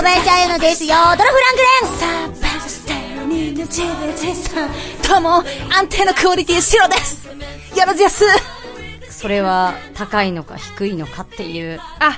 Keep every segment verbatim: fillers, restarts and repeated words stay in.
林彩乃ですよ。ドラフランクレン。 どうも、安定のクオリティシロです。よろずやす。 それは高いのか低いのかっていう。 あ、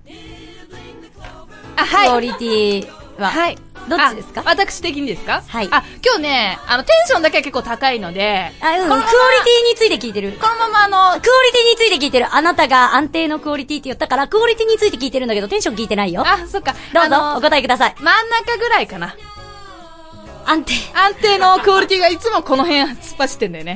あ、はい。 クオリティは。はい。どっちですか？ 私的にですか？ はい。 あ、今日ね、あの、テンションだけは結構高いので。 あ、うん。クオリティについて聞いてる。 このままあの、 クオリティについて聞いてる。あなたが安定のクオリティって言ったから、クオリティについて聞いてるんだけど、テンション聞いてないよ。 あ、そっか。 どうぞ、お答えください。 真ん中ぐらいかな。 安定。 安定のクオリティがいつもこの辺突っ走ってんだよね。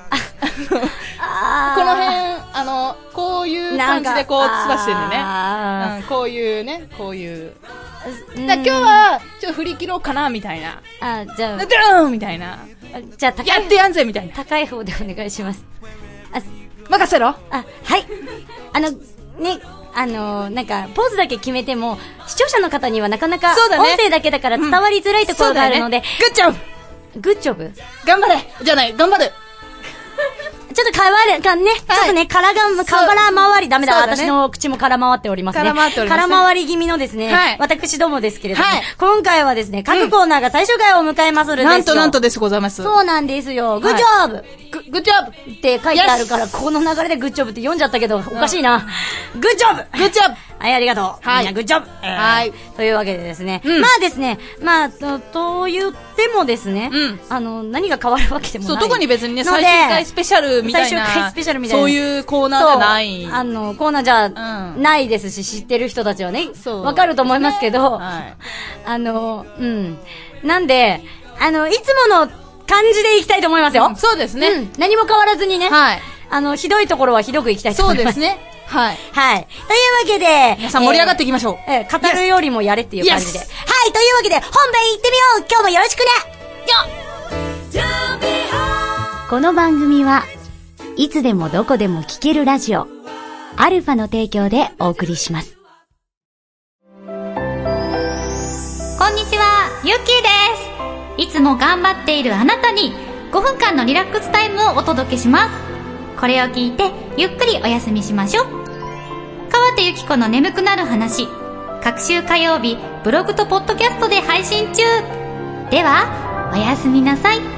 あこの辺、あの、こういう感じでこう突っ走ってんだよね。うん、こういうね、こういう。だ今日は、ちょっと振り切ろうかな、みたいな。 あ、じゃあ。 ドゥーンみたいな。 じゃあ、高い。 やってやんぜ、みたいな。 高い方でお願いします。 あ、任せろ。 あ、はい。あの、ね、あの、なんか、ポーズだけ決めても、視聴者の方にはなかなか、音声だけだから伝わりづらいところがあるので。 グッジョブグッジョブ頑張れじゃない、頑張るちょっと変わるかね、はい、ちょっとね、からが、から回り、ダメだ、ね、私の口もから回っておりますね。から回っております、ね。から回り気味のですね、はい、私どもですけれども、はい、今回はですね、各コーナーが最終回を迎えまするですよ、うん。 なんとなんとですございます。 そうなんですよ。グッジョブ、 グッジョブって書いてあるから、この流れでグッジョブって読んじゃったけど、おかしいな。グッジョブグッジョブはい、ありがとう。はい。みんなグッジョブ、えー、はい。というわけでですね、うん、まあですね、まあ、と、と言ってもですね、うん、あの、何が変わるわけでもない。 そう、特に別にね、最終回スペシャルみたいな。最終回スペシャルみたいな。そういうコーナーじゃない。 あの、コーナーじゃないですし、知ってる人たちはね、わかると思いますけど、はい、あの、うん。なんで、あの、いつもの感じでいきたいと思いますよ。うん、 そうですね、うん。 何も変わらずにね。 はい。 あの、ひどいところはひどくいきたいと思います。 そうですね。はい。 はい。というわけで、 皆さん盛り上がっていきましょう。 えー、語るよりもやれっていう感じで。はい。というわけで、本編行ってみよう。今日もよろしくね。よっ。この番組はいつでもどこでも聴けるラジオ、アルファの提供でお送りします。 こんにちは、ゆっきーです。いつも頑張っているあなたにごふんかんのリラックスタイムをお届けします。これを聞いてゆっくりお休みしましょう。川手ゆき子の眠くなる話、各週火曜日ブログとポッドキャストで配信中。ではおやすみなさい。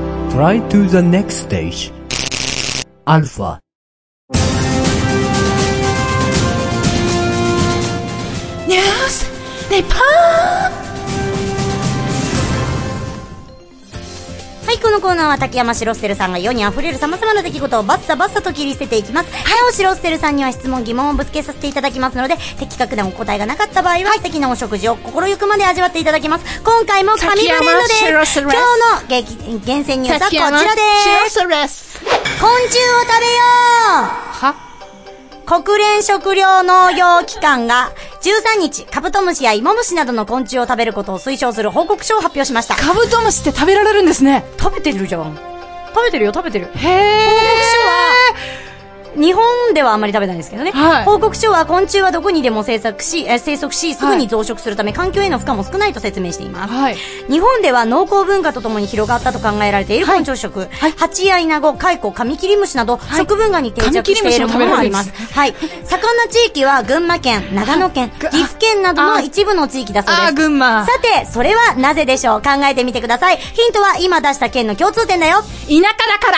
Try to the next stage アルファ。 ニュースレポート。 はい、このコーナーは竹山シロステルさんが世に溢れる様々な出来事をバッサバッサと切り捨てていきます。なお、シロステルさんには質問疑問をぶつけさせていただきますので、的確なお答えがなかった場合は素敵なお食事を心ゆくまで味わっていただきます。今回も神ブレンドです。今日の厳選ニュースはこちらです。昆虫を食べよう。 は国連食糧農業機関がじゅうさんにち、カブトムシやイモムシなどの昆虫を食べることを推奨する報告書を発表しました。 カブトムシって食べられるんですね。 食べてるじゃん。食べてるよ、食べてる。 へー。 報告書は日本ではあんまり食べないんですけどね、はい、報告書は昆虫はどこにでも生息し、え生息しすぐに増殖するため、はい、環境への負荷も少ないと説明しています、はい、日本では農耕文化とともに広がったと考えられている昆虫食、はいはい、ハチやイナゴ、カイコ、カミキリムシなど、はい、食文化に定着しているものもあります。はい。魚地域は群馬県、長野県、岐阜県などの一部の地域だそうです。 あ、群馬。 さて、それはなぜでしょう？考えてみてください。ヒントは今出した県の共通点だよ。 田舎だから。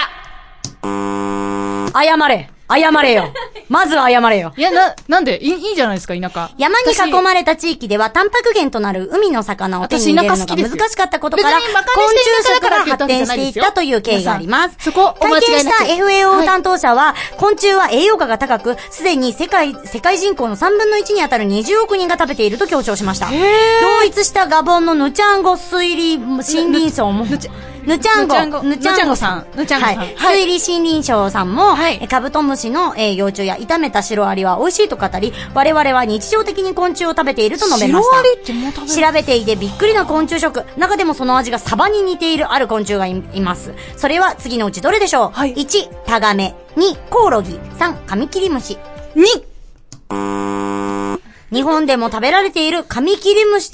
謝れ。謝れよ。まずは謝れよ。 いや、な、なんでいい、いいじゃないですか、田舎。 山に囲まれた地域では、タンパク源となる海の魚を手に入れるのが難しかったことから、昆虫食が発展していったという経緯があります。 そこ、 体験した エフエーオー 担当者は、はい、昆虫は栄養価が高く、すでに世界、世界人口のさんぶんのいちに当たるにじゅうおくにんが食べていると強調しました。同一したガボンのヌチャンゴ水里森林省も、ヌチャンゴ、 ヌチャンゴさん、ヌチャンゴさん、 はい、水里森林省さんも、はい、カブトムシの、えー、幼虫や炒めたシロアリは美味しいと語り、我々は日常的に昆虫を食べていると述べました。 シロアリってもう食べる？ 調べていてびっくりな昆虫食。中でもその味がサバに似ているある昆虫が い, います。それは次のうちどれでしょう？はい、いち、タガメ。に、コオロギ。さん、カミキリムシ。に、日本でも食べられているカミキリムシです。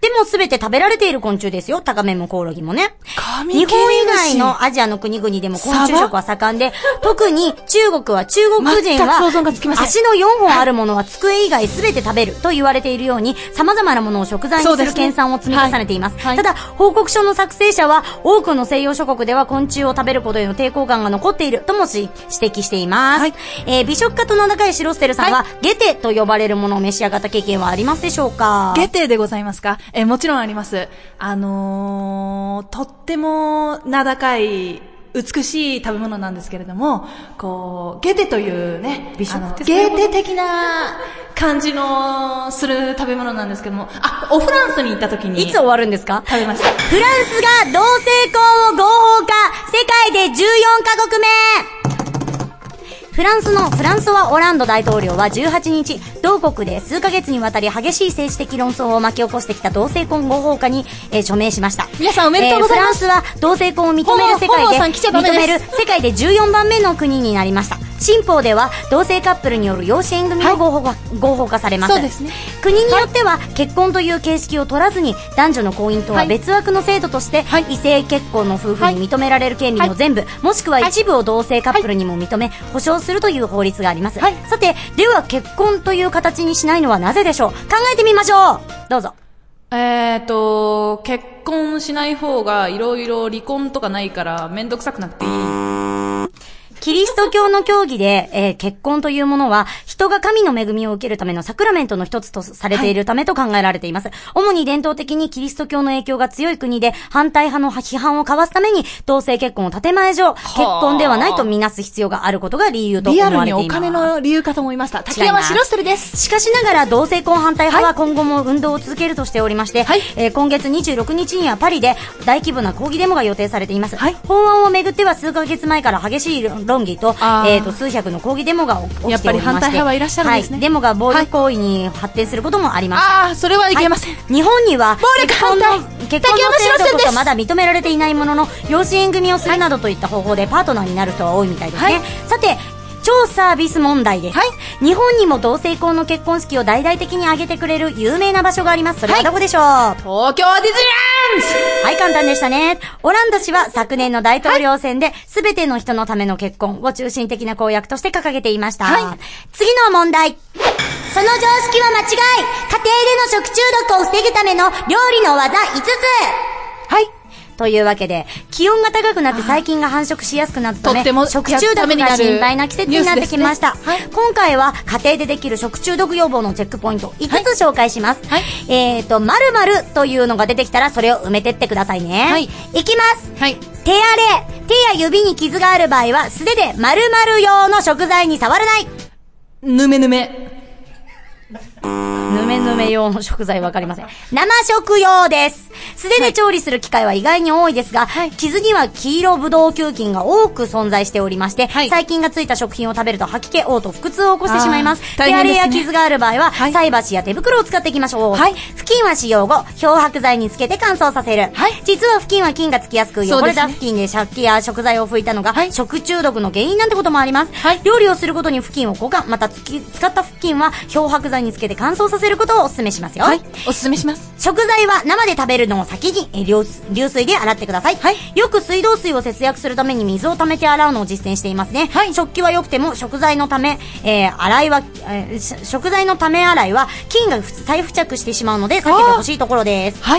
でもすべて食べられている昆虫ですよ。タガメもコオロギもね。 カミキリムシ。 日本以外のアジアの国々でも昆虫食は盛んで、特に中国は中国人は足のよんほんあるものは机以外すべて食べると言われているように、様々なものを食材にする研鑽を積み重ねています。はいはい、ただ、報告書の作成者は多くの西洋諸国では昆虫を食べることへの抵抗感が残っているともし指摘しています。はい、えー、美食家と名高いシロステルさんは、はい、ゲテと呼ばれるものを召し上がった経験はありますでしょうか？ ゲテでございますか？えー、もちろんあります。あのー、とっても名高い美しい食べ物なんですけれども、こう、ゲテというね、 美食あのゲーテ的な感じのする食べ物なんですけども、あ、おフランスに行った時に。 いつ終わるんですか？ 食べました。 フランスが同性婚を合法化、世界でじゅうよんカ国目。フランスのフランソワ・オランド大統領はじゅうはちにち、同国で数ヶ月にわたり激しい政治的論争を巻き起こしてきた同性婚合法化に、えー、署名しました。 皆さんおめでとうございます。 えー、フランスは同性婚を認める世界で、認める世界でじゅうよんばんめの国になりました。新法では同性カップルによる養子縁組も合法化、はい、合法化されます。 そうですね。 国によっては結婚という形式を取らずに男女の婚姻とは別枠の制度として、はい、異性結婚の夫婦に認められる権利の全部、はい、もしくは一部を同性カップルにも認め、はい、保障するという法律があります。はい、さて、では結婚という形にしないのはなぜでしょう？考えてみましょう。どうぞ。 えーと、結婚しない方がいろいろ離婚とかないからめんどくさくなくていい。 キリスト教の教義で、えー、結婚というものは人が神の恵みを受けるためのサクラメントの一つとされているためと考えられています。はい、主に伝統的にキリスト教の影響が強い国で反対派の批判をかわすために同性結婚を建前上結婚ではないとみなす必要があることが理由と思われています。 リアルにお金の理由かと思いました。竹山白ステルです。 しかしながら同性婚反対派は今後も運動を続けるとしておりまして、はい、えー、今月にじゅうろくにちにはパリで大規模な抗議デモが予定されています。はい、法案をめぐっては数ヶ月前から激しい論議とえーと、数百の抗議デモが起きておりまして、やっぱり反対派はいらっしゃるんですね。はい、デモが暴力行為に発展することもあります。 ああ、それはいけません。 はい、日本には、 暴力反対結婚の制度とかまだ認められていないものの、養子縁組をするなどといった方法でパートナーになる人は多いみたいですね。はい、さて、超サービス問題です。はい、日本にも同性婚の結婚式を大々的に挙げてくれる有名な場所があります。それはどこでしょう？はい、 東京ディズニーランド。 はい、簡単でしたね。オランダ氏は昨年の大統領選で、すべての人のための結婚を中心的な公約として掲げていました。はい、次の問題。その常識は間違い。家庭での食中毒を防ぐための料理の技いつつ。はい。というわけで、気温が高くなって細菌が繁殖しやすくなったため、食中毒が心配な季節になってきました。ね、はい、今回は家庭でできる食中毒予防のチェックポイントいつつ紹介します。はい、えーと、〇〇というのが出てきたらそれを埋めてってくださいね。はい。いきます。はい。手荒れ。手や指に傷がある場合は素手で〇〇用の食材に触らない。 ぬめぬめ。 ぬめぬめ用の食材わかりません。生食用です。素手で調理する機会は意外に多いですが、はい、傷には黄色ブドウ球菌が多く存在しておりまして、はい、細菌がついた食品を食べると吐き気、嘔吐、腹痛を起こしてしまいます。手荒れや傷がある場合は、はい、菜箸や手袋を使っていきましょう。はい、布巾は使用後、漂白剤につけて乾燥させる。はい、実は布巾は菌がつきやすく、汚れた布巾で食器や食材を拭いたのが、はい、食中毒の原因なんてこともあります。はい、料理をするごとに布巾を交換、またつき使った布巾は漂白剤につけて乾燥させることをお勧めしますよ。 はい、お勧めします。 食材は生で食べるのを先に流流水で洗ってください。はい、よく水道水を節約するために水を溜めて洗うのを実践していますね。はい、食器は良くても食材のため、えー、洗いは、えー、食材のため洗いは菌が再付着してしまうので避けてほしいところです。はい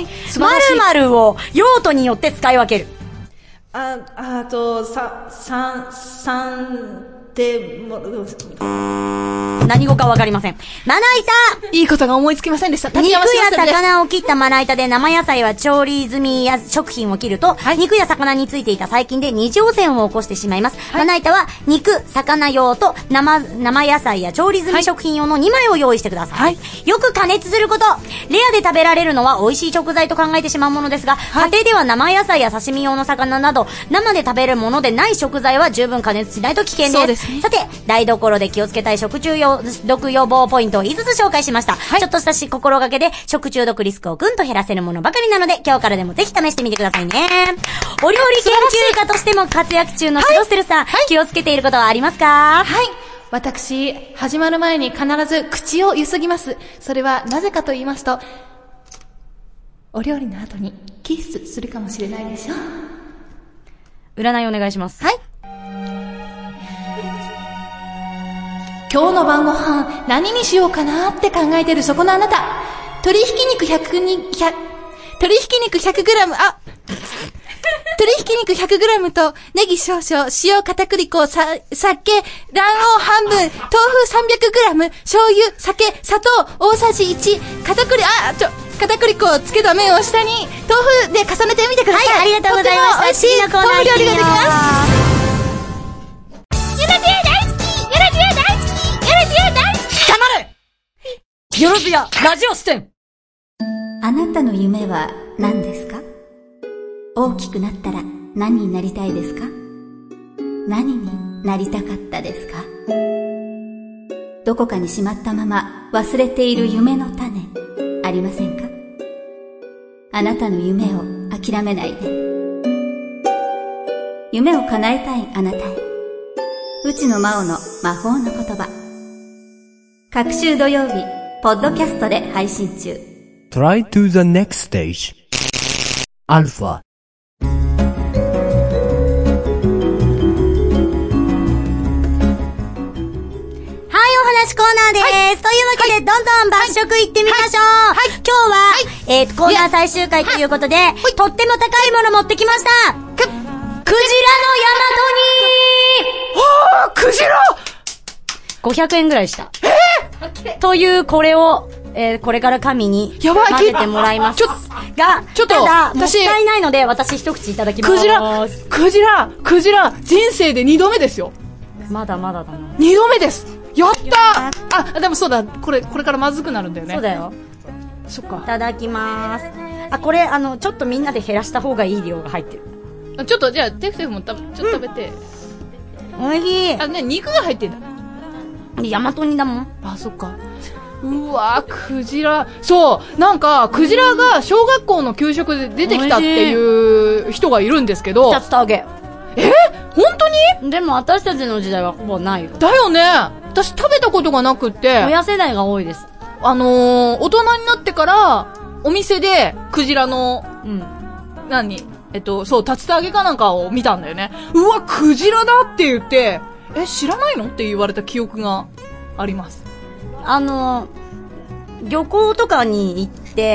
、〇〇を用途によって使い分ける。 あ、あと、さ、さん、さん、でも、 何語かわかりません。まな板。 いいことが思いつきませんでした。 肉や魚を切ったまな板で生野菜は調理済みや食品を切ると、はい、肉や魚についていた細菌で二次汚染を起こしてしまいます。はい、まな板は肉、魚用と生、生野菜や調理済み食品用のにまいを用意してください。はい、よく加熱すること。レアで食べられるのは美味しい食材と考えてしまうものですが、はい、家庭では生野菜や刺身用の魚など、生で食べるものでない食材は十分加熱しないと危険です。そうですね。さて、台所で気をつけたい食中毒予防ポイントをいつつ紹介しました。はい、ちょっとした心がけで食中毒リスクをぐんと減らせるものばかりなので、今日からでもぜひ試してみてくださいね。お料理研究家としても活躍中のシロステルさん、はい、気をつけていることはありますか？ はい。私、始まる前に必ず口をゆすぎます。それはなぜかと言いますと、 お料理の後にキスするかもしれないでしょ。 占いお願いします。 はい。今日の晩ご飯何にしようかなって考えてるそこのあなた。鶏ひき肉ひゃくに、ひゃ、鶏ひき肉 ひゃくグラム、あ鶏ひき肉 ひゃくグラム とネギ少々、塩片栗粉、さ、酒、卵黄半分、豆腐 さんびゃくグラム、醤油、酒、砂糖大さじいち、片栗、あ、ちょ、片栗粉をつけた麺を下に豆腐で重ねてみてください。 はい、ありがとうございます。 とても美味しい豆腐料理ができます。 よろずや大好き、よろずや大好き、よろずや大好き。 黙れ。よろずやラジオステン。 あなたの夢は何ですか？大きくなったら何になりたいですか？何になりたかったですか？どこかにしまったまま忘れている夢の種、ありませんか？あなたの夢を諦めないで。夢を叶えたいあなたへ。内野真央の魔法の言葉。各週土曜日、ポッドキャストで配信中。 Try to the next stage. Alpha. はい、お話コーナーです。はい、というわけで、はい、どんどん抜食いってみましょう。はい、今日は、はい、えー、コーナー最終回ということで、とっても高いもの持ってきました。く、クジラのヤマトニー。 はぁ、クジラ ! ごひゃくえんぐらいした。 えー、 という、これを、えー、これから神に混ぜてもらいます。 ちょ、 が、 ちょっと、 ただ、もったいないので、私一口いただきます。 クジラ、クジラ、クジラ、人生で二度目ですよ。 まだまだだな。 二度目です。やったー。あ、でもそうだ、これ、これからまずくなるんだよね。 そうだよ。 そっか。 いただきまーす。あ、これ、あの、ちょっとみんなで減らした方がいい量が入ってる。 あ、ちょっと、じゃあ、テフテフもた、ちょっと食べて。 うん、おいしい。 あ、ね、肉が入ってんだ。 ヤマトニだもん。 あ、そっか。うわー、クジラ。そう、なんか、クジラが小学校の給食で出てきたっていう人がいるんですけど。 竜田揚げ。 え本当に？ でも私たちの時代はほぼないよ。 だよね。私食べたことがなくって。 親世代が多いです。 あのー、大人になってから、お店で、クジラの、 うん。 何えっと、そう、竜田揚げかなんかを見たんだよね。うわ、クジラだって言って、え、知らないのって言われた記憶があります。 あのー、漁港とかに行って、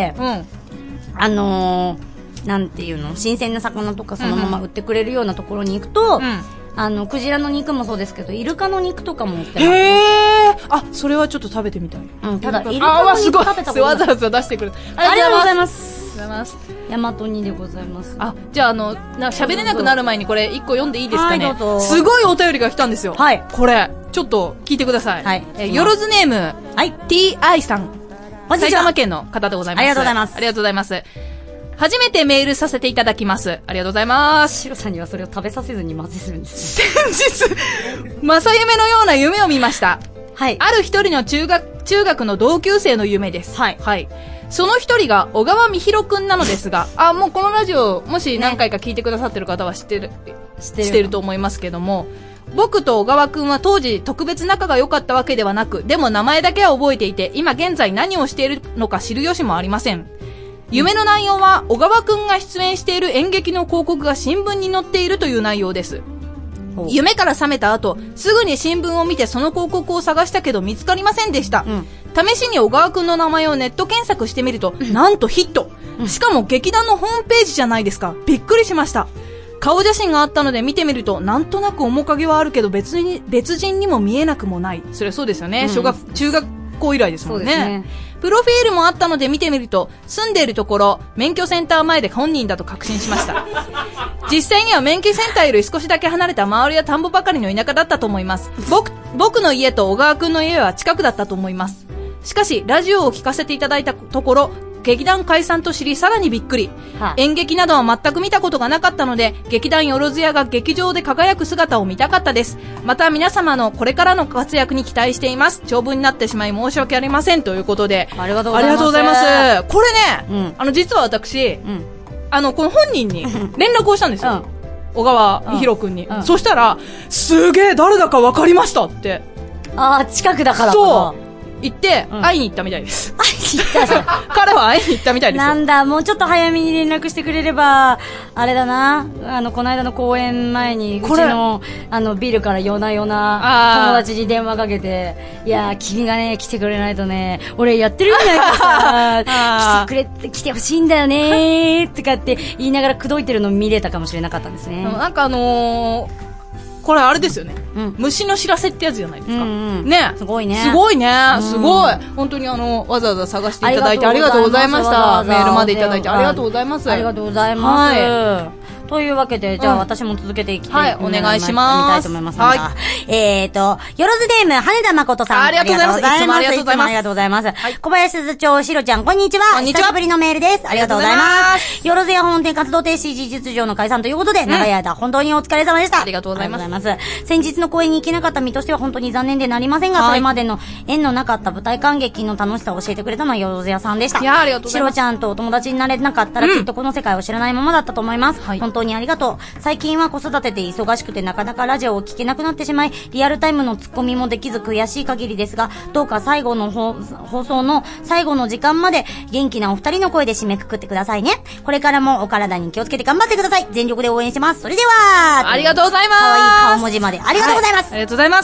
うん。 あのー、なんていうの、新鮮な魚とかそのまま売ってくれるようなところに行くと、うん、あの、クジラの肉もそうですけど、イルカの肉とかも売ってます。 へー。あ、それはちょっと食べてみたい。 うん、ただ、イルカの肉食べたことない。 わざわざ出してくれた。 ありがとうございます。 ありがとうございます。 ヤマトニでございます。 あ、じゃああの、な、喋れなくなる前にこれ一個読んでいいですかね。 はい、どうぞ。 すごいお便りが来たんですよ。 はい。 これ、ちょっと聞いてください。 はい。 えー、よろずネーム、 はい。 ティーアイ さん。埼玉県の方でございます。 ありがとうございます。 ありがとうございます。初めてメールさせていただきます。ありがとうございます。 シロさんにはそれを食べさせずに混ぜするんです、 ね。先日、正夢のような夢を見ました。 はい。 ある一人の中学、中学の同級生の夢です。 はい。 はい。その一人が小川美弘くんなのですが、あ、もうこのラジオ、もし何回か聞いてくださってる方は知ってる、ね、知ってる、知ってると思いますけども、僕と小川くんは当時特別仲が良かったわけではなく、でも名前だけは覚えていて、今現在何をしているのか知る由もありません。夢の内容は、小川くんが出演している演劇の広告が新聞に載っているという内容です。夢から覚めた後、すぐに新聞を見てその広告を探したけど見つかりませんでした。うん、試しに小川くんの名前をネット検索してみると、うん、なんとヒット、うん、しかも劇団のホームページじゃないですか。びっくりしました。顔写真があったので見てみると、なんとなく面影はあるけど別に、別人にも見えなくもない。それはそうですよね。うん、小学、中学校以来ですもんね。そうですね。プロフィールもあったので見てみると、住んでいるところ、免許センター前で本人だと確信しました。実際には免許センターより少しだけ離れた周りや田んぼばかりの田舎だったと思います。僕、僕の家と小川くんの家は近くだったと思います。しかし、ラジオを聞かせていただいたところ、劇団解散と知りさらにびっくり、はあ、演劇などは全く見たことがなかったので、劇団よろずやが劇場で輝く姿を見たかったです。また皆様のこれからの活躍に期待しています。長文になってしまい申し訳ありませんということで、 ありがとうございます。ありがとうございます。 これね、 うん、 あの実は私、うん、あのこの本人に連絡をしたんですよ、うん、小川美弘くんに、うんうん、そしたらすげえ誰だか分かりましたって。 ああ、近くだからかそう言って、うん、会いに行ったみたいです。 行ったじゃん。 彼は会いに行ったみたいですよ。 なんだ、もうちょっと早めに連絡してくれれば、あれだな、あの、この間の公演前に、うちの、あの、ビルから夜な夜な、友達に電話かけて、いやー、君がね、来てくれないとね、俺やってるんだからさ、来てくれ、来てほしいんだよねー、とかって言いながら口説いてるの見れたかもしれなかったんですね。 なんかあのー、これあれですよね、うん、虫の知らせってやつじゃないですか、うんうん、ね、 すごいね、 すごいね、うん、すごい、本当にあのわざわざ探していただいてありがとうございました。メールまでいただいてありがとうございます。 ありがとうございます、はい、というわけで、じゃあ、うん、私も続けていきたい、 はい、お願いします。 見たいと思います。はい、えーと、よろずネーム、羽田誠さん。 ありがとうございます。いつもありがとうございます。 ありがとうございます。はい、小林鈴町しろちゃん、こんにちは。 こんにちは。 久しぶりのメールです。ありがとうございます。よろずや本店活動停止事実上の解散ということで、うん、長い間、本当にお疲れ様でした。 ありがとうございます。ありがとうございます。 先日の公演に行けなかった身としては本当に残念でなりませんが、はい、それまでの縁のなかった舞台観劇の楽しさを教えてくれたのはよろずやさんでした。 いや、ありがとうございます。 しろちゃんとお友達になれなかったら、きっとこの世界を知らないままだったと思います。はい、本当にありがとう。最近は子育てで忙しくてなかなかラジオを聞けなくなってしまい、リアルタイムのツッコミもできず悔しい限りですが、どうか最後の放送の最後の時間まで元気なお二人の声で締めくくってくださいね。これからもお体に気をつけて頑張ってください。全力で応援してます。それでは、 ありがとうございます。 可愛い顔文字までありがとうございます。はい、 ありがとうございます。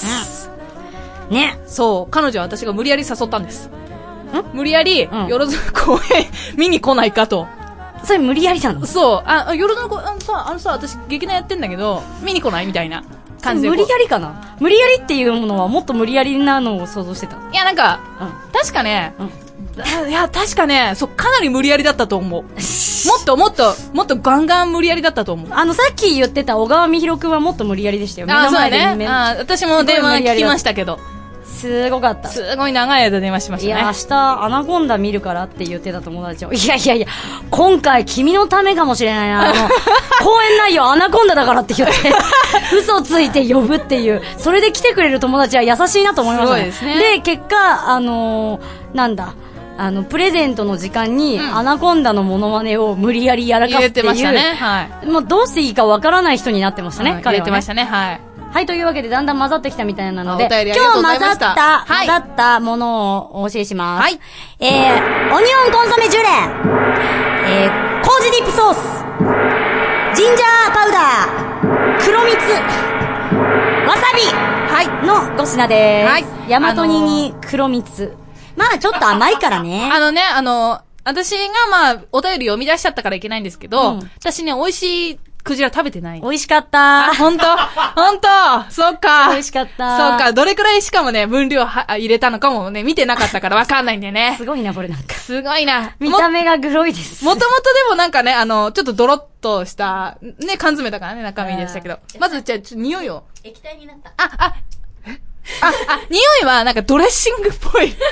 うん、ね。 そう、彼女は私が無理やり誘ったんです。ん無理やり、うん、よろず公演見に来ないかと。 それ無理やりなの？ そう。あ、夜の子、あのさ、あのさ、私劇団やってんだけど、見に来ないみたいな感じで。 無理やりかな？無理やりっていうものはもっと無理やりなのを想像してた。 いや、なんか、うん、確かね、うん、いや、確かね、そう、かなり無理やりだったと思う。もっともっと、もっとガンガン無理やりだったと思う。 あの、さっき言ってた小川美弘くんはもっと無理やりでしたよ。 あ、そうだね。あ、私も電話聞きましたけど。 すごかった。 すごい長い間電話しましたね。 いや、明日アナコンダ見るからって言ってた友達を。いやいやいや、今回君のためかもしれないな。あの、公演内容アナコンダだからって言って、嘘ついて呼ぶっていう。それで来てくれる友達は優しいなと思いましたね。 すごいですね。 で、結果、あのー、なんだ。あの、プレゼントの時間に、うん、アナコンダのモノマネを無理やりやらかすっていう。 言ってましたね。はい。 もうどうしていいかわからない人になってましたね。 はい、彼はね。言ってましたね。はい。 はい、というわけでだんだん混ざってきたみたいなので、 今日混ざった、はい、混ざったものをお教えします。はい。えー、オニオンコンソメジュレ、えー、麹ディップソース、ジンジャーパウダー、黒蜜、わさび、はい、のご品です。はい。大和煮に黒蜜。まあちょっと甘いからね。 あのね、あの、私がまあ、お便り読み出しちゃったからいけないんですけど、うん、私ね、美味しい、クジラ食べてない。 美味しかった。 あ、ほんとほんとそうか。 美味しかった。 そうか。どれくらいしかもね、分量は入れたのかもね、見てなかったからわかんないんだよね。 すごいな、これなんか。 すごいな。 見た目がグロいです。 もともとでもなんかね、あの、ちょっとドロッとした、ね、缶詰だからね、中身でしたけど。まず、じゃあ、ちょっと匂いを。 液体になった。 あ、あ、えあ、あ、匂いはなんかドレッシングっぽい。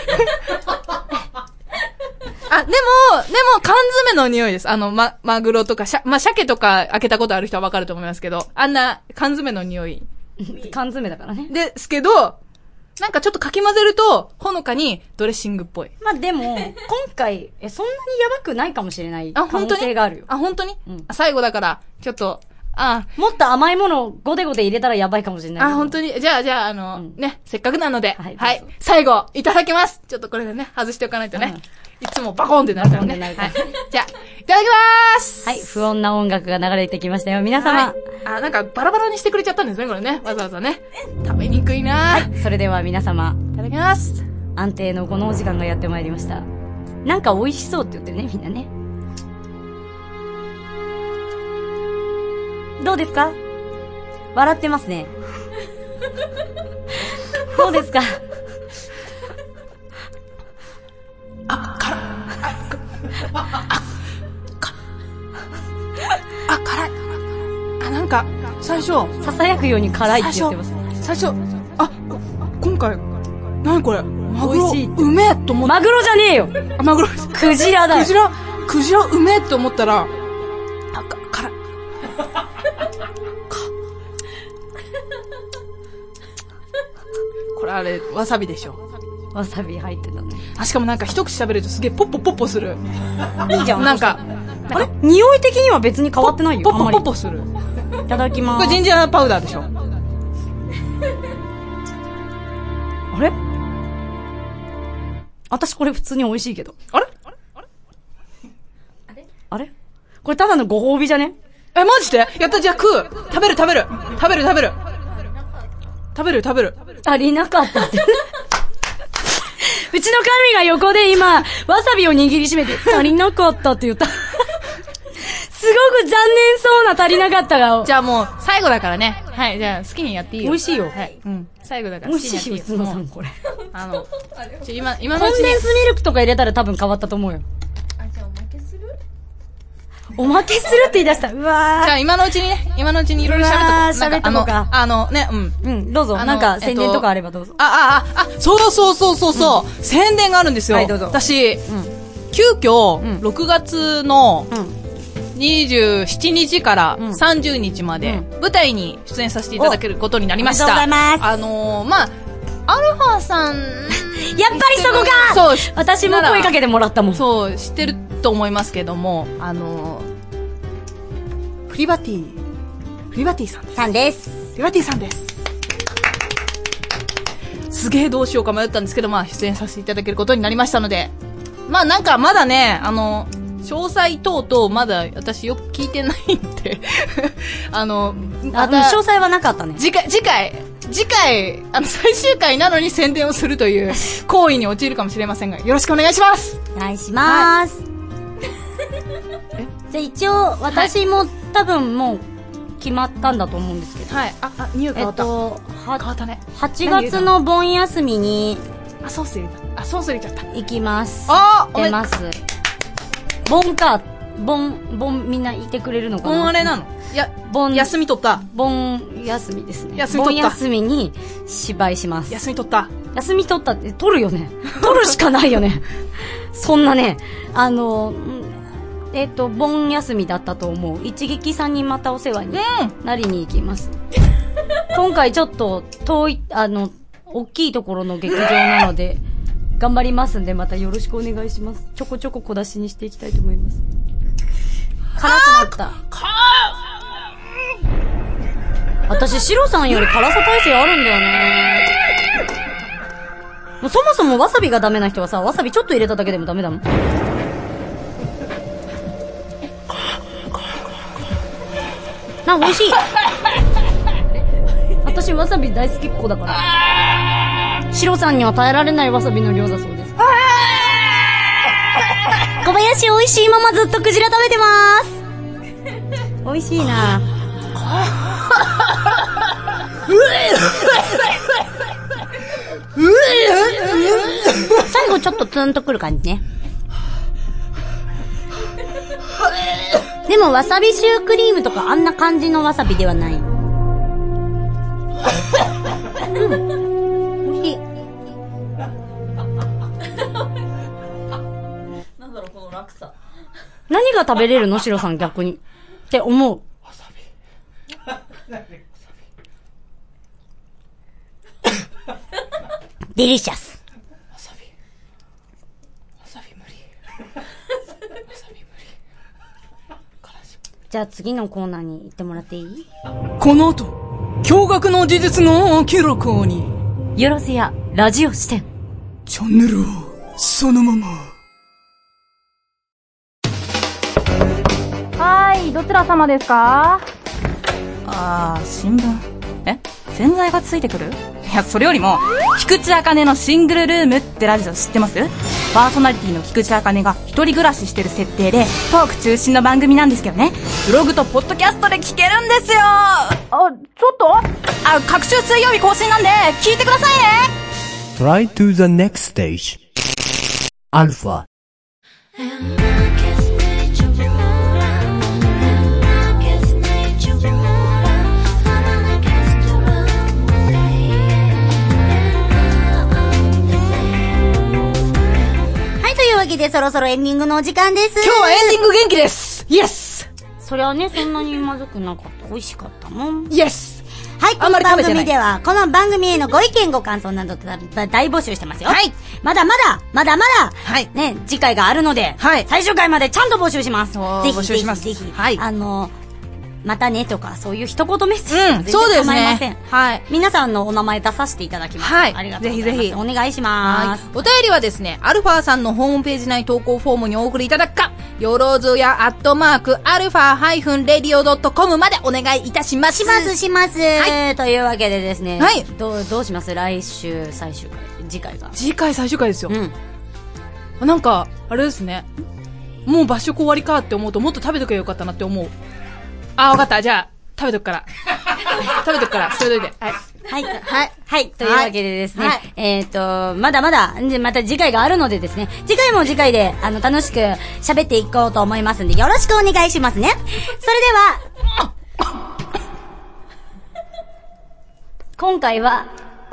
あ、でも、でも、缶詰の匂いです。あの、ま、マグロとか、しゃ、まあ、鮭とか開けたことある人はわかると思いますけど、あんな缶詰の匂い。 缶詰だからね。 ですけど、なんかちょっとかき混ぜると、ほのかにドレッシングっぽい。 まあ、でも、今回、え、そんなにやばくないかもしれない可能性があるよ。 あ、本当に？うん、最後だから、ちょっと、あもっと甘いものをゴテゴテ入れたらやばいかもしれない。 あ、本当に。じゃあ、じゃあ、あの、うん、ね、せっかくなので、はい、はい。最後、いただきます。ちょっとこれでね、外しておかないとね。うん、いつもバコーンってなるからね。はい。じゃあ、いただきまーす。 はい、不穏な音楽が流れてきましたよ。皆様。はい、 あ、なんかバラバラにしてくれちゃったんですね、これね。わざわざね。食べにくいなー。 はい、それでは皆様。 いただきます。 安定のこのお時間がやってまいりました。なんか美味しそうって言ってね、みんなね。どうですか？笑ってますね。どうですか？ あ、辛い。あ、か、あ、辛い。あ、なんか、最初。 囁くように辛いって言ってます。 最初、あ、今回、なにこれ？マグロ、美味しい。うめえと思って。 マグロじゃねえよ。 あ、マグロ。 クジラだよ。 クジラ、クジラうめえと思ったら、あ、か、辛い。これあれ、わさびでしょ。 わさび入ってたね。 あ、しかもなんか一口食べるとすげえポッポポッポする。 いいじゃん。 なんか、 あれ匂い的には別に変わってないよ。 ポッポポッポする。 いただきまーす。 これジンジャーパウダーでしょ。 あれ私これ普通に美味しいけど。 あれあれあれあれこれただのご褒美じゃね？ え、マジで？やった、じゃあ食う。食べる食べる。食べる食べる。食べる食べる。 足りなかったって。うちの神が横で今、わさびを握りしめて、足りなかったって言った。すごく残念そうな足りなかったが。 じゃあもう、最後だからね。はい、じゃあ好きにやっていいよ。 美味しいよ。 はい。うん。最後だから好きにやっていいよ。 美味しいよ、つのさん、これ。 あの、ちょ、今、今のうちに。 コンデンスミルクとか入れたら多分変わったと思うよ。 あ、じゃあおまけする？ おまけするって言い出した。うわー。 じゃあ今のうちにね、今のうちにいろいろ喋っとこう。 喋っとこうか。 あの、あのね、うん。 うん、どうぞ。なんか宣伝とかあればどうぞ。 あ、あ、あ、あ、そうそうそうそうそう、うん。宣伝があるんですよ。 はい、どうぞ。 私、うん、急遽、うん、ろくがつの、うんにじゅうしちにちからさんじゅうにちまで舞台に出演させていただけることになりました。 ありがとうございます。 あのー、まあ、アルファさん、やっぱりそこか。そう、私も声かけてもらったもん。 そう、知ってると思いますけども、あのー、フリバティ、フリバティさんです。 さんです。 フリバティさんです。すげえどうしようか迷ったんですけど、まあ、出演させていただけることになりましたので、まあなんかまだね、あの、詳細等々まだ私よく聞いてないんであの、 あ、詳細はなかったね。 次回、次回、次回、あの、最終回なのに宣伝をするという行為に陥るかもしれませんが、よろしくお願いします。 お願いします。はい、じゃあ一応、私も、はい、多分もう決まったんだと思うんですけど。 はい。あ、あ、匂い変わった。えっと、 は、 変わったね。 はちがつの盆休みに、 あ、ソース入れた。あ、ソース入れちゃった。 行きます。 あー、 出ます。盆か、盆、盆みんないてくれるのかな。 盆あれなの？いや、盆、休み取った。 盆休みですね。 休み取った。 盆休みに芝居します。 休み取った。 休み取ったって、取るよね。取るしかないよね。そんなね、あの、えっと、盆休みだったと思う。一撃さんにまたお世話になりに行きます。うん、今回ちょっと遠い、あの、大きいところの劇場なので、頑張りますんで、またよろしくお願いします。ちょこちょこ小出しにしていきたいと思います。辛くなった。私、シロさんより辛さ耐性あるんだよね。もうそもそもわさびがダメな人はさ、わさびちょっと入れただけでもダメだもん。な、美味しい。私、わさび大好きっ子だから。シロさんには耐えられないわさびの量だそうです。小林美味しいままずっとクジラ食べてまーす。美味しいな。最後ちょっとツンとくる感じね。でもわさびシュークリームとかあんな感じのわさびではない。うん、美味しい。なんだろうこの落差。何が食べれるのシロさん逆にって思う。わさび。デリシャス。わさび。わさび無理。わさび無理。じゃあ次のコーナーに行ってもらっていい？ この後、驚愕の事実が明らかに。 よろせやラジオ視点。 チャンネルをそのまま。 はーい、どちら様ですか？ あー、新聞。え？洗剤がついてくる？いや、それよりも、菊池茜のシングルルームってラジオ知ってます？パーソナリティの菊池茜が一人暮らししてる設定で、トーク中心の番組なんですけどね。ブログとポッドキャストで聞けるんですよ。あ、 ちょっとあ、 各週水曜日更新なんで、聞いてくださいね。 Try to the next stage. Alpha。 というわけでそろそろエンディングのお時間です。 今日はエンディング元気です。イエス。 それはね、そんなにまずくなかった。美味しかったもん。 イエス。 はい、この番組では、この番組へのご意見ご感想など大募集してますよ。 はい。 まだまだ、まだまだ、 はい。 ね、次回があるので、 はい。 最終回までちゃんと募集します。ぜひ、 募集します。 ぜひ、ぜひ、 はい。 あの、 またねとか、そういう一言メッセージも全然構いません。うん、ね、はい。皆さんのお名前出させていただきます。はい。ありがとうございます。ぜひぜひ。お願いします。 お便りはですね、アルファさんのホームページ内投稿フォームにお送りいただくか、よろずやアットマーク、アルファハイフンレディオドットコムまでお願いいたします。 します、します。はい。というわけでですね。はい。どう、どうします？来週最終回。次回が。 次回最終回ですよ。うん。なんか、あれですね。もう場所終わりかって思うと、もっと食べとけばよかったなって思う。あ、わかった。じゃあ、食べとくから。食べとくから、それで。はい。 はい。はい。はい。というわけでですね。はい、えっ、ー、と、まだまだ、また次回があるのでですね。次回も次回で、あの、楽しく喋っていこうと思いますんで、よろしくお願いしますね。それでは、今回は、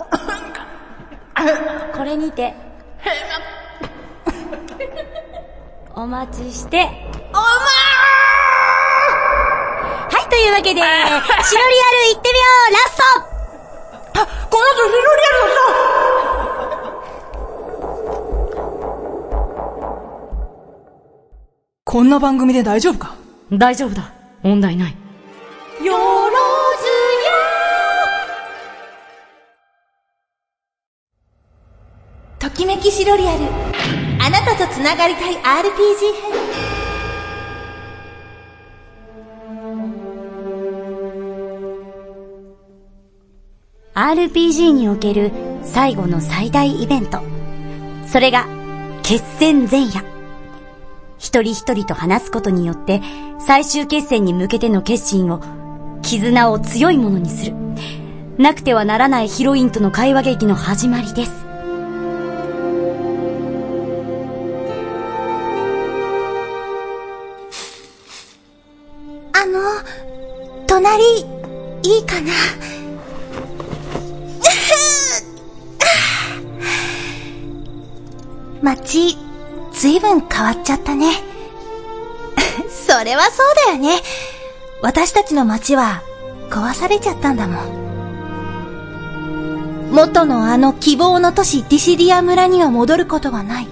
これにて、お待ちして、おまーはい、というわけで、シロリアル行ってみようラストあ、この後シロリアルをさこんな番組で大丈夫か？ 大丈夫だ。問題ない。よろずやときめきシロリアル、あなたとつながりたい アールピージー 編。 アールピージー における最後の最大イベント。それが決戦前夜。一人一人と話すことによって最終決戦に向けての決心を、絆を強いものにする。なくてはならないヒロインとの会話劇の始まりです。 あの、隣、いいかな？街、ずいぶん変わっちゃったね。それはそうだよね。私たちの街は壊されちゃったんだもん。元のあの希望の都市ディシリア村には戻ることはない。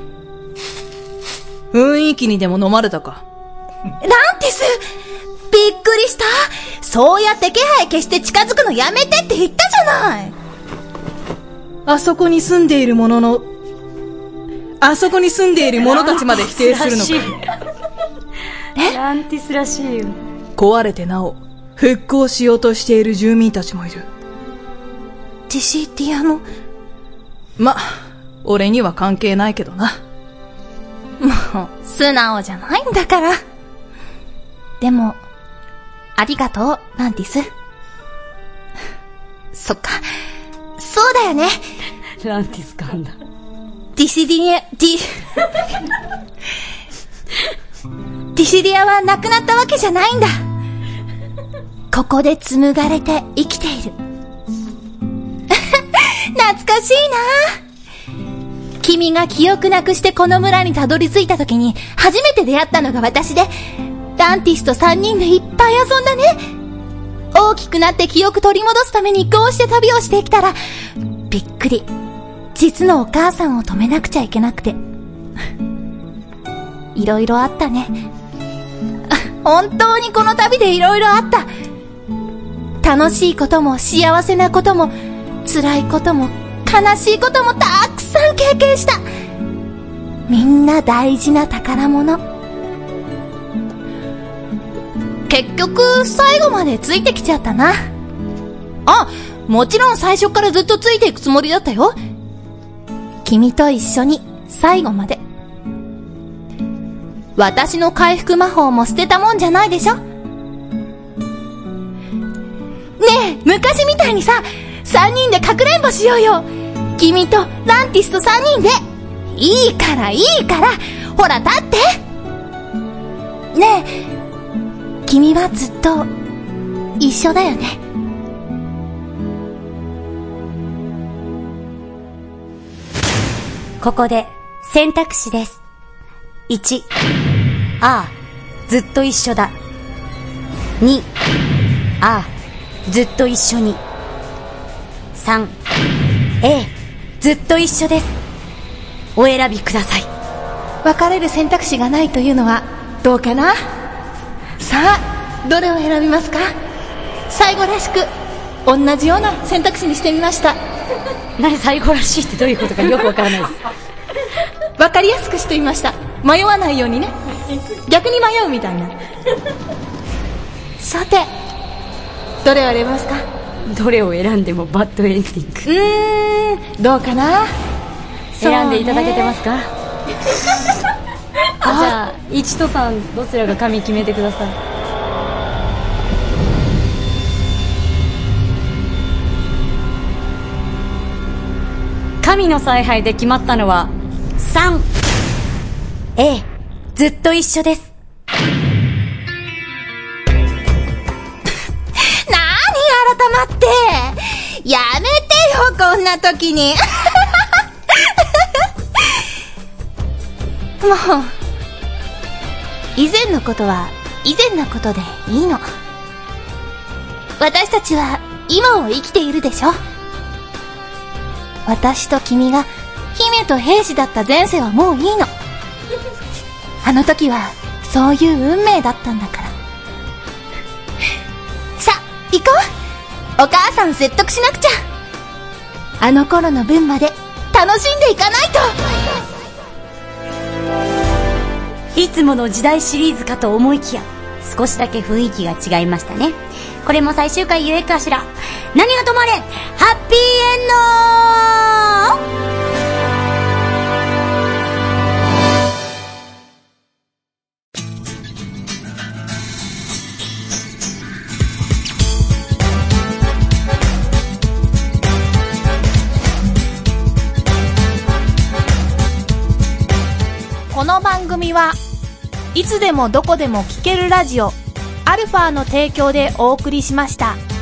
雰囲気にでも飲まれたか？ ランティス！びっくりした。そうやって気配消して近づくのやめてって言ったじゃない。 あそこに住んでいるもののあそこに住んでいる者たちまで否定するのか。 え？ランティスらしいよ。 壊れてなお復興しようとしている住民たちもいる。 ディシディアのま、俺には関係ないけどな。 もう素直じゃないんだから。でもありがとう、ランティス。そっか、そうだよね。 ランティスかんだ。 ディシディア、ディ、ディシディアは亡くなったわけじゃないんだ。ここで紡がれて生きている。懐かしいな。君が記憶なくしてこの村にたどり着いた時に初めて出会ったのが私で、ランティスと三人でいっぱい遊んだね。大きくなって記憶取り戻すためにこうして旅をしてきたら、びっくり。実のお母さんを止めなくちゃいけなくて。いろいろあったね。本当にこの旅でいろいろあった。楽しいことも幸せなことも辛いことも悲しいこともたくさん経験した。みんな大事な宝物。結局最後までついてきちゃったな。あ、もちろん最初からずっとついていくつもりだったよ。君と一緒に最後まで。私の回復魔法も捨てたもんじゃないでしょ。ねえ、昔みたいにさ、三人でかくれんぼしようよ。君とランティスと三人で。いいからいいから、ほら立って。ねえ、君はずっと一緒だよね。 ここで選択肢です。いち、ああ、ずっと一緒だ。に、ああ、ずっと一緒に。さん、ええ、ずっと一緒です。お選びください。 別れる選択肢がないというのはどうかな。さあ、 どれを選びますか？最後らしく同じような選択肢にしてみました。 何最後らしいってどういうことかよくわからないです。 わかりやすくしてみました。迷わないようにね。逆に迷うみたいな。さて、どれを選びますか？ どれを選んでもバッドエンディング。 うーん、どうかな。 選んでいただけてますか？あ、じゃあ一とさんどちらが神決めてください。神の采配で決まったのはさん。ええ、ずっと一緒です。 なーに改まって、やめてよこんな時に。もう以前のことは以前のことでいいの。私たちは今を生きているでしょ。私と君が姫と兵士だった前世はもういいの。あの時はそういう運命だったんだから。さあ行こう。お母さん説得しなくちゃ。あの頃の分まで楽しんでいかないと。いつもの時代シリーズかと思いきや少しだけ雰囲気が違いましたね。これも最終回ゆえかしら。何がともあれハッピーエンド。 この番組はいつでもどこでも聴けるラジオアルファの提供でお送りしました。